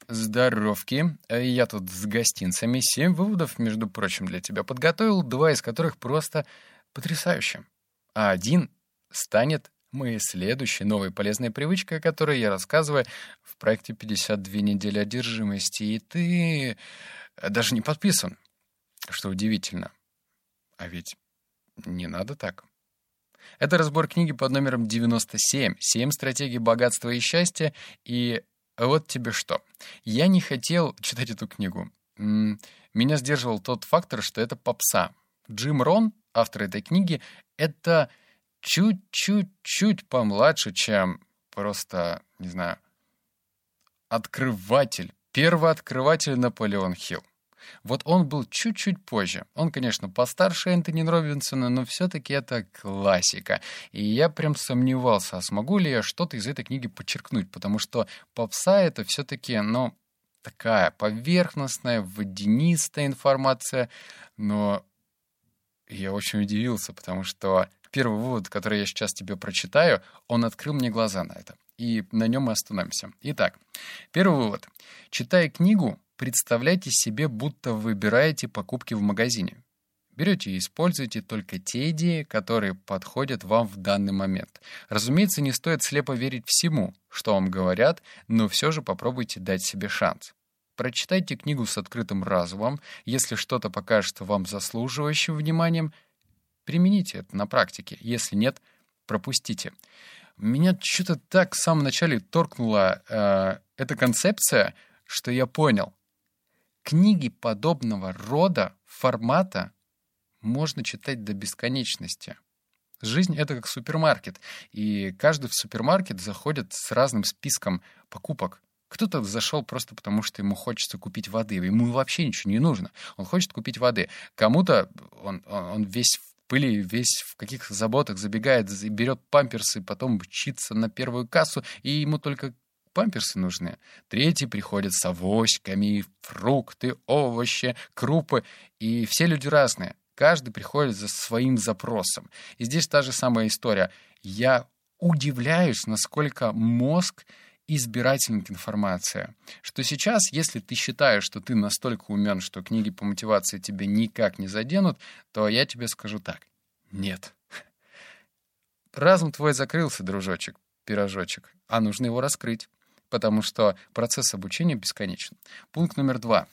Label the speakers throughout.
Speaker 1: Здоровки. Я тут с гостинцами. 7 выводов, между прочим, для тебя подготовил, 2 из которых просто потрясающие. А один станет моей следующей новой полезной привычкой, о которой я рассказываю в проекте «52 недели одержимости». И ты даже не подписан, что удивительно. А ведь не надо так. Это разбор книги под номером 97 «7 стратегий богатства и счастья». И вот тебе что. Я не хотел читать эту книгу. Меня сдерживал тот фактор, что это попса. Джим Рон, автор этой книги, это чуть-чуть помладше, чем просто, не знаю, первооткрыватель Наполеон Хилл. Вот он был чуть-чуть позже. Он, конечно, постарше Энтони Робинсона, но все-таки это классика. И я прям сомневался, а смогу ли я что-то из этой книги подчеркнуть, потому что попса — это все-таки, такая поверхностная, водянистая информация. Но я очень удивился, потому что первый вывод, который я сейчас тебе прочитаю, он открыл мне глаза на это. И на нем мы остановимся. Итак, первый вывод. Читая книгу, представляйте себе, будто выбираете покупки в магазине. Берете и используйте только те идеи, которые подходят вам в данный момент. Разумеется, не стоит слепо верить всему, что вам говорят, но все же попробуйте дать себе шанс. Прочитайте книгу с открытым разумом. Если что-то покажется вам заслуживающим вниманием, примените это на практике. Если нет, пропустите. Меня что-то так в самом начале торкнула эта концепция, что я понял. Книги подобного рода, формата, можно читать до бесконечности. Жизнь — это как супермаркет, и каждый в супермаркет заходит с разным списком покупок. Кто-то зашел просто потому, что ему хочется купить воды, ему вообще ничего не нужно. Он хочет купить воды. Кому-то он весь в пыли, весь в каких-то заботах забегает, берет памперсы, потом мчится на первую кассу, и ему только памперсы нужны. Третий приходит с авоськами, фрукты, овощи, крупы. И все люди разные. Каждый приходит за своим запросом. И здесь та же самая история. Я удивляюсь, насколько мозг избирателен к информации. Что сейчас, если ты считаешь, что ты настолько умен, что книги по мотивации тебя никак не заденут, то я тебе скажу так. Нет. Разум твой закрылся, дружочек, пирожочек, а нужно его раскрыть. Потому что процесс обучения бесконечен. Пункт номер 2.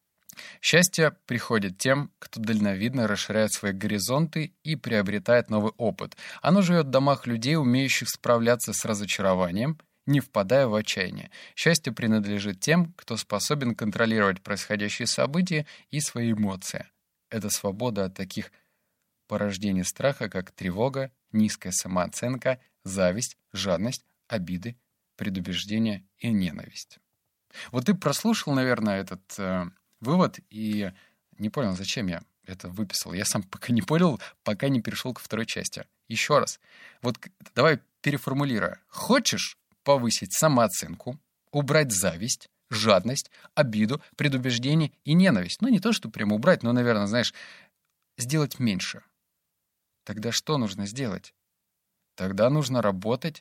Speaker 1: Счастье приходит тем, кто дальновидно расширяет свои горизонты и приобретает новый опыт. Оно живет в домах людей, умеющих справляться с разочарованием, не впадая в отчаяние. Счастье принадлежит тем, кто способен контролировать происходящие события и свои эмоции. Это свобода от таких порождений страха, как тревога, низкая самооценка, зависть, жадность, обиды, предубеждение и ненависть. Вот ты прослушал, наверное, этот вывод и не понял, зачем я это выписал. Я сам пока не понял, пока не перешел к второй части. Еще раз. Вот давай переформулируя. Хочешь повысить самооценку, убрать зависть, жадность, обиду, предубеждение и ненависть? Не то, что прямо убрать, но, наверное, знаешь, сделать меньше. Тогда что нужно сделать? Тогда нужно работать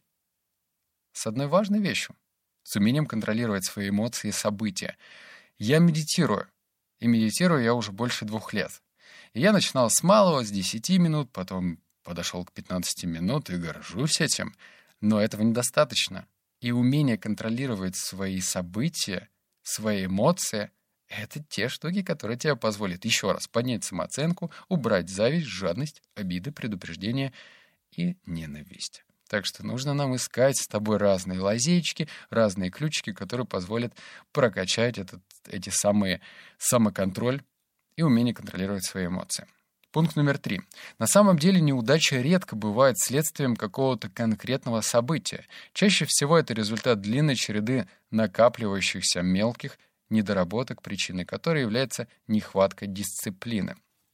Speaker 1: с одной важной вещью — с умением контролировать свои эмоции и события. Я медитирую. И медитирую я уже больше 2 лет. И я начинал с малого, с 10 минут, потом подошел к 15 минут и горжусь этим. Но этого недостаточно. И умение контролировать свои события, свои эмоции — это те штуки, которые тебе позволят еще раз поднять самооценку, убрать зависть, жадность, обиды, предупреждение и ненависть. Так что нужно нам искать с тобой разные лазейки, разные ключики, которые позволят прокачать эти самые самоконтроль и умение контролировать свои эмоции. Пункт номер 3. На самом деле неудача редко бывает следствием какого-то конкретного события. Чаще всего это результат длинной череды накапливающихся мелких недоработок, причиной которой является нехватка дисциплины.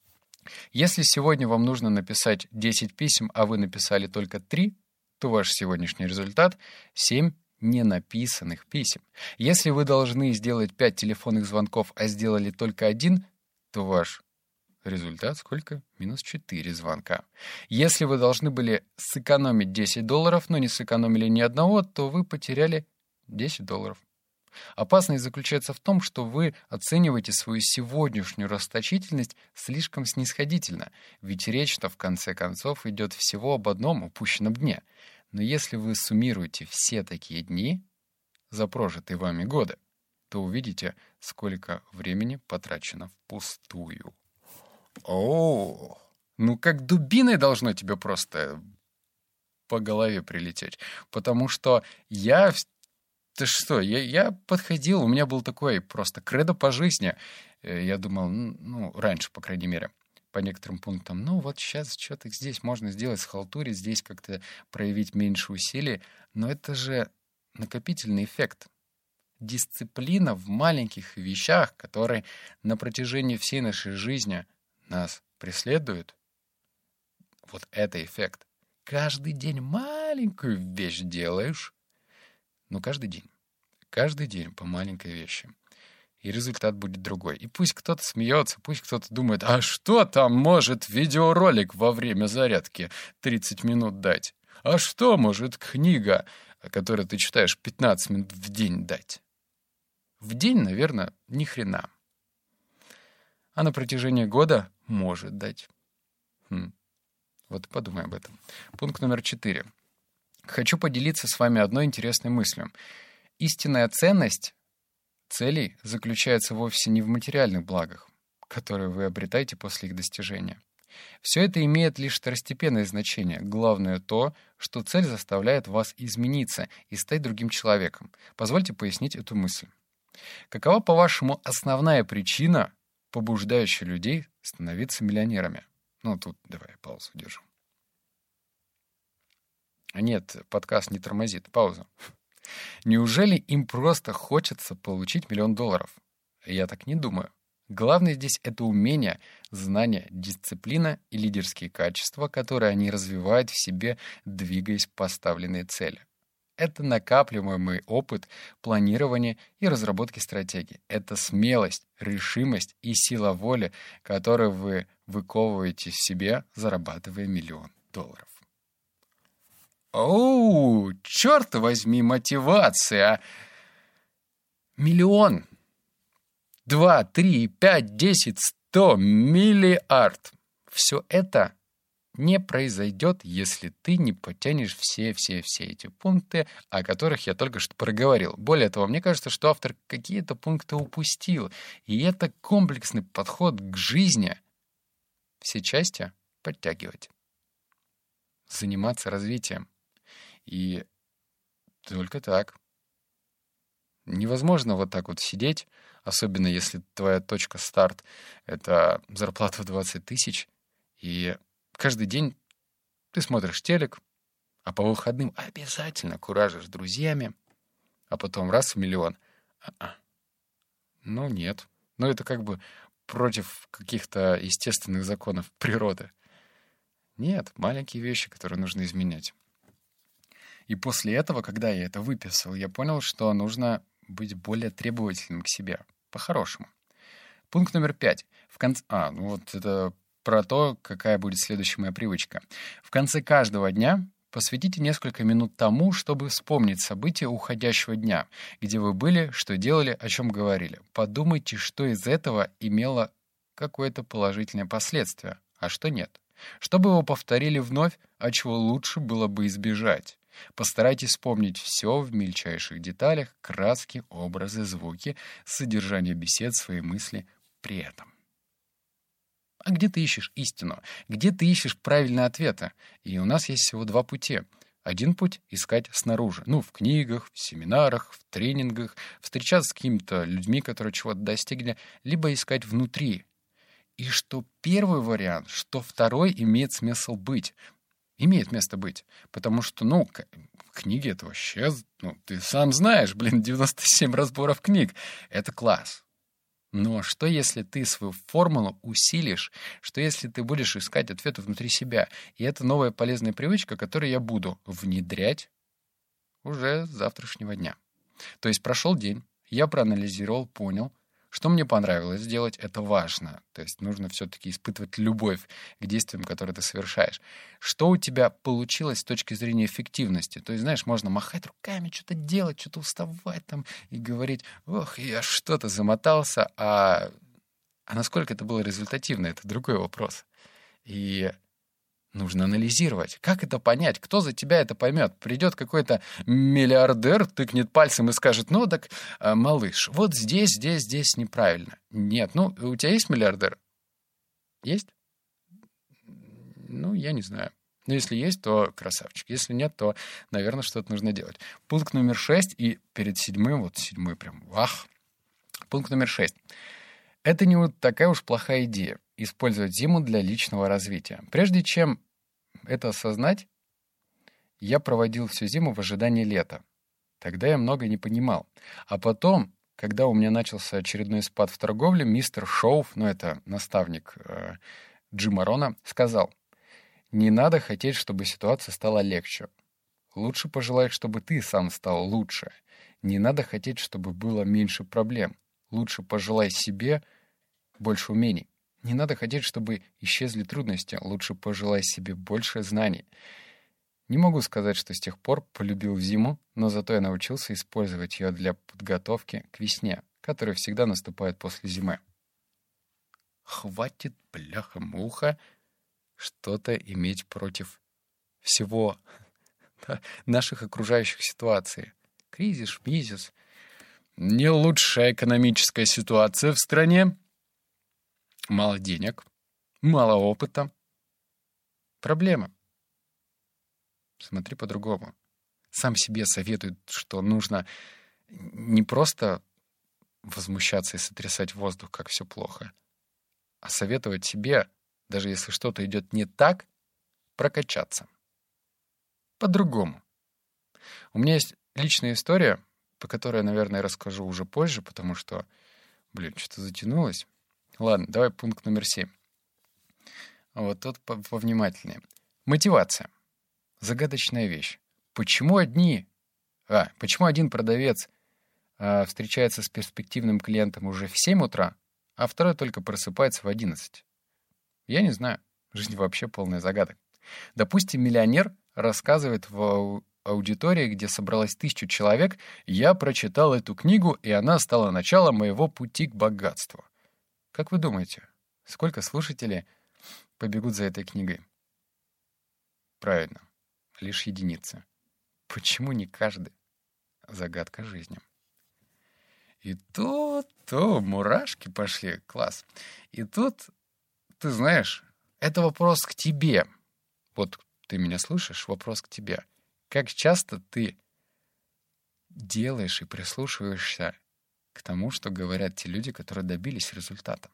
Speaker 1: Если сегодня вам нужно написать 10 писем, а вы написали только 3, то ваш сегодняшний результат — 7 ненаписанных писем. Если вы должны сделать 5 телефонных звонков, а сделали только 1, то ваш результат сколько? -4 звонка. Если вы должны были сэкономить $10, но не сэкономили ни одного, то вы потеряли $10. Опасность заключается в том, что вы оцениваете свою сегодняшнюю расточительность слишком снисходительно, ведь речь-то в конце концов идет всего об одном упущенном дне. Но если вы суммируете все такие дни за прожитые вами годы, то увидите, сколько времени потрачено впустую. О, ну как дубиной должно тебе просто по голове прилететь. Потому что ты что, я подходил, у меня был такой просто кредо по жизни. Я думал, раньше, по крайней мере, по некоторым пунктам, вот сейчас что-то здесь можно сделать, схалтурить, здесь как-то проявить меньше усилий. Но это же накопительный эффект. Дисциплина в маленьких вещах, которые на протяжении всей нашей жизни нас преследуют. Вот это эффект. Каждый день маленькую вещь делаешь, каждый день по маленькой вещи. И результат будет другой. И пусть кто-то смеется, пусть кто-то думает, а что там может видеоролик во время зарядки 30 минут дать? А что может книга, которую ты читаешь 15 минут в день дать? В день, наверное, ни хрена. А на протяжении года может дать. Вот подумай об этом. Пункт номер 4. Хочу поделиться с вами одной интересной мыслью. Истинная ценность целей заключается вовсе не в материальных благах, которые вы обретаете после их достижения. Все это имеет лишь второстепенное значение. Главное то, что цель заставляет вас измениться и стать другим человеком. Позвольте пояснить эту мысль. Какова, по-вашему, основная причина, побуждающая людей становиться миллионерами? Тут давай паузу держу. Нет, подкаст не тормозит. Пауза. Неужели им просто хочется получить $1 миллион? Я так не думаю. Главное здесь — это умение, знание, дисциплина и лидерские качества, которые они развивают в себе, двигаясь к поставленной цели. Это накапливаемый опыт планирования и разработки стратегий. Это смелость, решимость и сила воли, которую вы выковываете в себе, зарабатывая $1 миллион. Оу, черт возьми, мотивация! 1 миллион. 2, 3, 5, 10, 100, миллиард. Все это не произойдет, если ты не потянешь все эти пункты, о которых я только что проговорил. Более того, мне кажется, что автор какие-то пункты упустил. И это комплексный подход к жизни. Все части подтягивать. Заниматься развитием. И только так. Невозможно вот так вот сидеть, особенно если твоя точка старт — это зарплата в 20 тысяч, и каждый день ты смотришь телек, а по выходным обязательно куражишь с друзьями, а потом раз в 1 миллион. Нет. Это как бы против каких-то естественных законов природы. Нет, маленькие вещи, которые нужно изменять. И после этого, когда я это выписал, я понял, что нужно быть более требовательным к себе. По-хорошему. Пункт номер 5. Это про то, какая будет следующая моя привычка. В конце каждого дня посвятите несколько минут тому, чтобы вспомнить события уходящего дня, где вы были, что делали, о чем говорили. Подумайте, что из этого имело какое-то положительное последствие, а что нет. Чтобы вы повторили вновь, а чего лучше было бы избежать. Постарайтесь вспомнить все в мельчайших деталях, краски, образы, звуки, содержание бесед, свои мысли при этом. А где ты ищешь истину? Где ты ищешь правильные ответы? И у нас есть всего 2 пути. Один путь — искать снаружи. В книгах, в семинарах, в тренингах, встречаться с какими-то людьми, которые чего-то достигли, либо искать внутри. И что первый вариант, что второй имеет смысл быть. Имеет место быть. Потому что, книги — это вообще... ты сам знаешь, 97 разборов книг. Это класс. Но что, если ты свою формулу усилишь? Что, если ты будешь искать ответы внутри себя? И это новая полезная привычка, которую я буду внедрять уже с завтрашнего дня. То есть прошел день, я проанализировал, понял, Что мне понравилось сделать, это важно. То есть нужно все-таки испытывать любовь к действиям, которые ты совершаешь. Что у тебя получилось с точки зрения эффективности? То есть, знаешь, можно махать руками, что-то делать, что-то уставать там и говорить, ох, я что-то замотался, а насколько это было результативно, это другой вопрос. И нужно анализировать. Как это понять? Кто за тебя это поймет? Придет какой-то миллиардер, тыкнет пальцем и скажет, ну так, малыш, вот здесь неправильно. Нет, ну, у тебя есть миллиардер? Есть? Ну, я не знаю. Но если есть, то красавчик. Если нет, то, наверное, что-то нужно делать. Пункт номер 6, и перед седьмым, вот седьмой прям, вах. Пункт номер 6. Это не вот такая уж плохая идея — использовать зиму для личного развития. Прежде чем это осознать, я проводил всю зиму в ожидании лета. Тогда я много не понимал. А потом, когда у меня начался очередной спад в торговле, мистер Шоуф, ну это наставник Джима Рона, сказал, не надо хотеть, чтобы ситуация стала легче. Лучше пожелай, чтобы ты сам стал лучше. Не надо хотеть, чтобы было меньше проблем. Лучше пожелай себе больше умений. Не надо хотеть, чтобы исчезли трудности. Лучше пожелай себе больше знаний. Не могу сказать, что с тех пор полюбил зиму, но зато я научился использовать ее для подготовки к весне, которая всегда наступает после зимы. Хватит, бляха-муха, что-то иметь против всего наших окружающих ситуаций. Кризис, мизис. Не лучшая экономическая ситуация в стране. Мало денег, мало опыта. Проблема. Смотри по-другому. Сам себе советует, что нужно не просто возмущаться и сотрясать воздух, как все плохо, а советовать себе, даже если что-то идет не так, прокачаться. По-другому. У меня есть личная история, по которой я, наверное, расскажу уже позже, потому что, что-то затянулось. Ладно, давай пункт номер 7. Вот тут повнимательнее. Мотивация. Загадочная вещь. Почему один продавец встречается с перспективным клиентом уже в 7 утра, а второй только просыпается в 11? Я не знаю. Жизнь вообще полная загадок. Допустим, миллионер рассказывает в аудитории, где собралось 1000 человек, я прочитал эту книгу, и она стала началом моего пути к богатству. Как вы думаете, сколько слушателей побегут за этой книгой? Правильно, лишь единицы. Почему не каждый? Загадка жизни. И тут, мурашки пошли, класс. И тут, ты знаешь, это вопрос к тебе. Вот ты меня слышишь, вопрос к тебе. Как часто ты делаешь и прислушиваешься к тому, что говорят те люди, которые добились результата?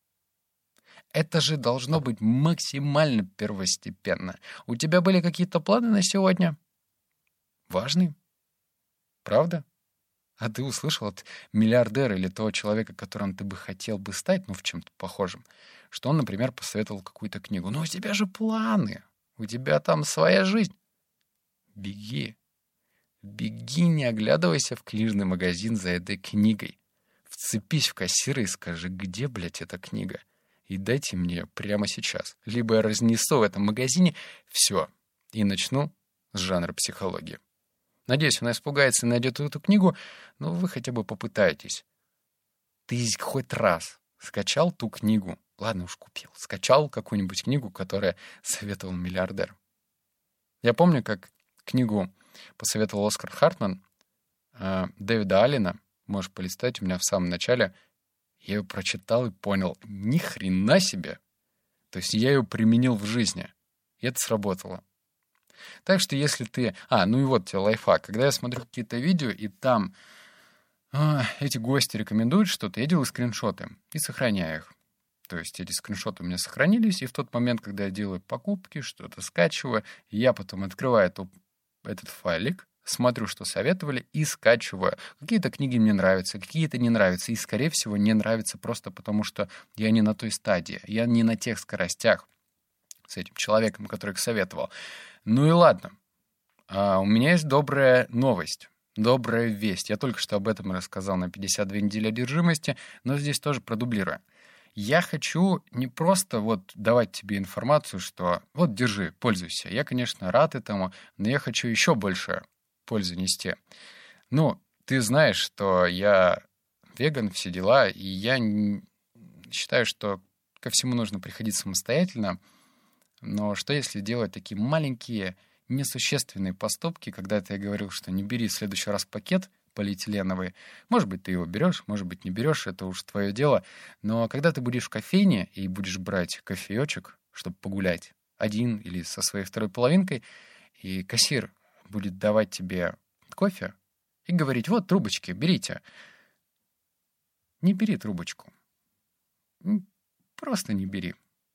Speaker 1: Это же должно быть максимально первостепенно. У тебя были какие-то планы на сегодня? Важные? Правда? А ты услышал от миллиардера или того человека, которым ты бы хотел бы стать, в чем-то похожем, что он, например, посоветовал какую-то книгу. Но у тебя же планы. У тебя там своя жизнь. Беги. Беги, не оглядывайся в книжный магазин за этой книгой. Вцепись в кассира и скажи, где, эта книга? И дайте мне ее прямо сейчас. Либо я разнесу в этом магазине все и начну с жанра психологии. Надеюсь, она испугается и найдет эту книгу, но вы хотя бы попытаетесь. Ты хоть раз скачал ту книгу? Ладно уж, купил. Скачал какую-нибудь книгу, которую советовал миллиардер. Я помню, как книгу посоветовал Оскар Хартман Дэвида Аллена. Можешь полистать, у меня в самом начале. Я ее прочитал и понял, ни хрена себе. То есть я ее применил в жизни. И это сработало. Так что если ты... ну и вот тебе лайфхак. Когда я смотрю какие-то видео, и там эти гости рекомендуют что-то, я делаю скриншоты и сохраняю их. То есть эти скриншоты у меня сохранились, и в тот момент, когда я делаю покупки, что-то скачиваю, я потом открываю этот файлик, смотрю, что советовали, и скачиваю. Какие-то книги мне нравятся, какие-то не нравятся. И, скорее всего, не нравятся просто потому, что я не на той стадии, я не на тех скоростях с этим человеком, который их советовал. Ну и ладно. У меня есть добрая новость. добрая весть. Я только что об этом рассказал на 52 недели одержимости, но здесь тоже продублирую. Я хочу не просто вот давать тебе информацию, что вот держи, пользуйся. Я, конечно, рад этому, но я хочу еще больше пользы нести. Ну, ты знаешь, что я веган, все дела, и я считаю, что ко всему нужно приходить самостоятельно. Но что если делать такие маленькие, несущественные поступки, когда-то я говорил, что не бери в следующий раз пакет полиэтиленовый. Может быть, ты его берешь, может быть, не берешь, это уж твое дело. Но когда ты будешь в кофейне и будешь брать кофеечек, чтобы погулять, один или со своей второй половинкой, и кассир будет давать тебе кофе и говорить: вот трубочки, берите. Не бери трубочку. Просто не бери.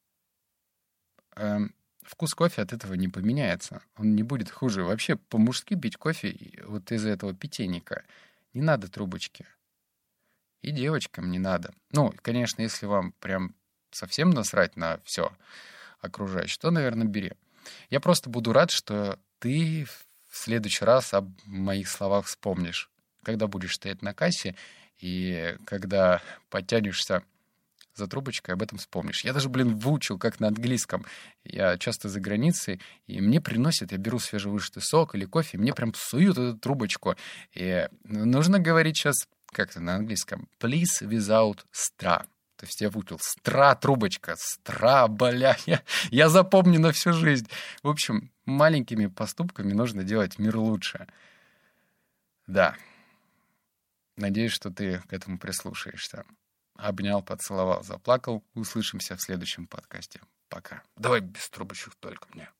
Speaker 1: Вкус кофе от этого не поменяется. Он не будет хуже. Вообще, по-мужски пить кофе вот из-за этого питейника. Не надо трубочки. И девочкам не надо. Ну, конечно, если вам прям совсем насрать на все окружающее, то, наверное, бери. Я просто буду рад, что ты в следующий раз об моих словах вспомнишь. Когда будешь стоять на кассе и когда подтянешься за трубочкой, об этом вспомнишь. Я даже, выучил, как на английском. Я часто за границей, и мне приносят, я беру свежевыжатый сок или кофе, и мне прям суют эту трубочку. И нужно говорить сейчас как-то на английском. Please without straw. То есть я выучил. Стра, трубочка, стра, бля. Я запомню на всю жизнь. В общем, маленькими поступками нужно делать мир лучше. Да. Надеюсь, что ты к этому прислушаешься. Обнял, поцеловал, заплакал. Услышимся в следующем подкасте. Пока. Давай без трубочек только мне.